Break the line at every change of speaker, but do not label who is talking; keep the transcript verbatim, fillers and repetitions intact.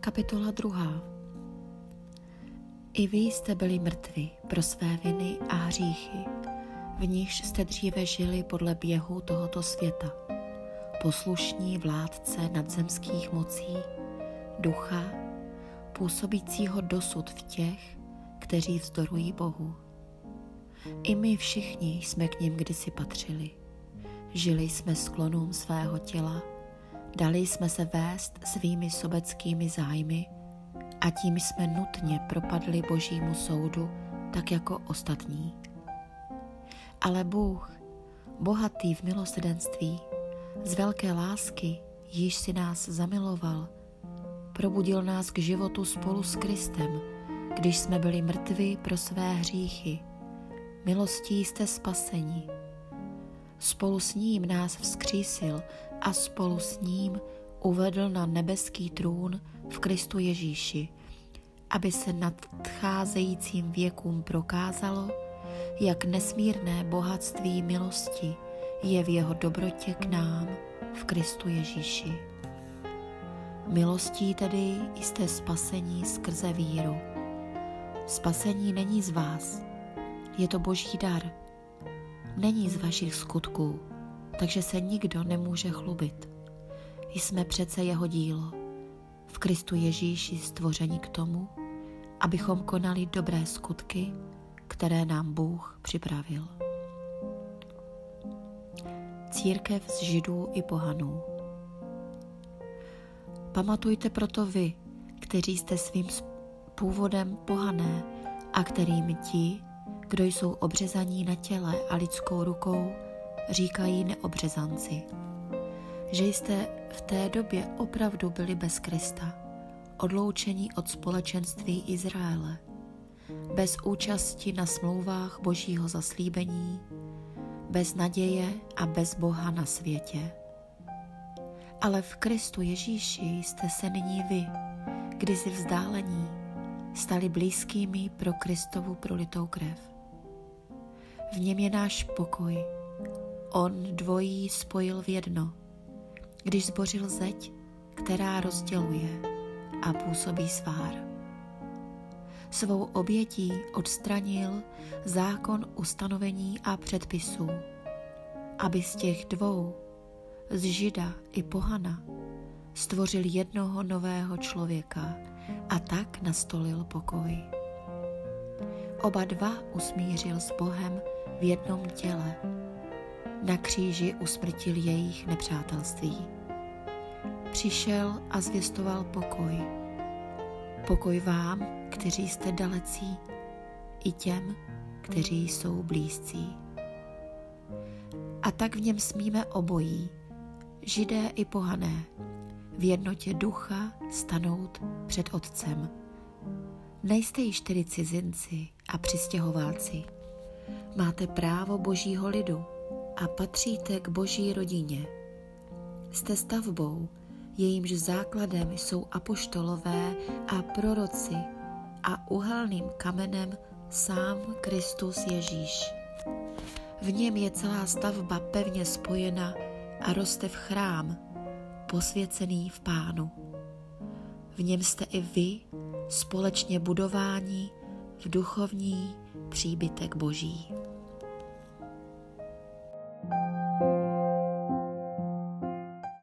Kapitola druhá. I vy jste byli mrtvi pro své viny a hříchy, v nichž jste dříve žili podle běhu tohoto světa, poslušní vládce nadzemských mocí, ducha, působícího dosud v těch, kteří vzdorují Bohu. I my všichni jsme k nim kdysi patřili. Žili jsme sklonům svého těla, dali jsme se vést svými sobeckými zájmy a tím jsme nutně propadli Božímu soudu, tak jako ostatní. Ale Bůh, bohatý v milosrdenství, z velké lásky, již si nás zamiloval, probudil nás k životu spolu s Kristem, když jsme byli mrtvi pro své hříchy. Milostí jste spaseni. Spolu s ním nás vzkřísil a spolu s ním uvedl na nebeský trůn v Kristu Ježíši, aby se nadcházejícím věkům prokázalo, jak nesmírné bohatství milosti je v jeho dobrotě k nám v Kristu Ježíši. Milostí tedy jste spasení skrze víru. Spasení není z vás, je to Boží dar. Není z vašich skutků, takže se nikdo nemůže chlubit. Jsme přece jeho dílo, v Kristu Ježíši stvoření k tomu, abychom konali dobré skutky, které nám Bůh připravil. Církev z Židů i pohanů. Pamatujte proto vy, kteří jste svým původem pohané a kterým ti, kdo jsou obřezaní na těle a lidskou rukou, říkají neobřezanci, že jste v té době opravdu byli bez Krista, odloučení od společenství Izraele, bez účasti na smlouvách Božího zaslíbení, bez naděje a bez Boha na světě. Ale v Kristu Ježíši jste se nyní vy, kdysi vzdálení, stali blízkými pro Kristovu prolitou krev. V něm je náš pokoj. On dvojí spojil v jedno, když zbořil zeď, která rozděluje a působí svár. Svou obětí odstranil zákon ustanovení a předpisů, aby z těch dvou, z Žida i pohana, stvořil jednoho nového člověka a tak nastolil pokoj. Oba dva usmířil s Bohem v jednom těle. Na kříži usmrtil jejich nepřátelství. Přišel a zvěstoval pokoj. Pokoj vám, kteří jste dalecí, i těm, kteří jsou blízcí. A tak v něm smíme obojí, Židé i pohané, v jednotě ducha stanout před Otcem. Nejste již tedy cizinci a přistěhovalci. Máte právo Božího lidu a patříte k Boží rodině. Jste stavbou, jejímž základem jsou apoštolové a proroci a úhelným kamenem sám Kristus Ježíš. V něm je celá stavba pevně spojena a roste v chrám, posvěcený v Pánu. V něm jste i vy společně budováni v duchovní příbytek Boží.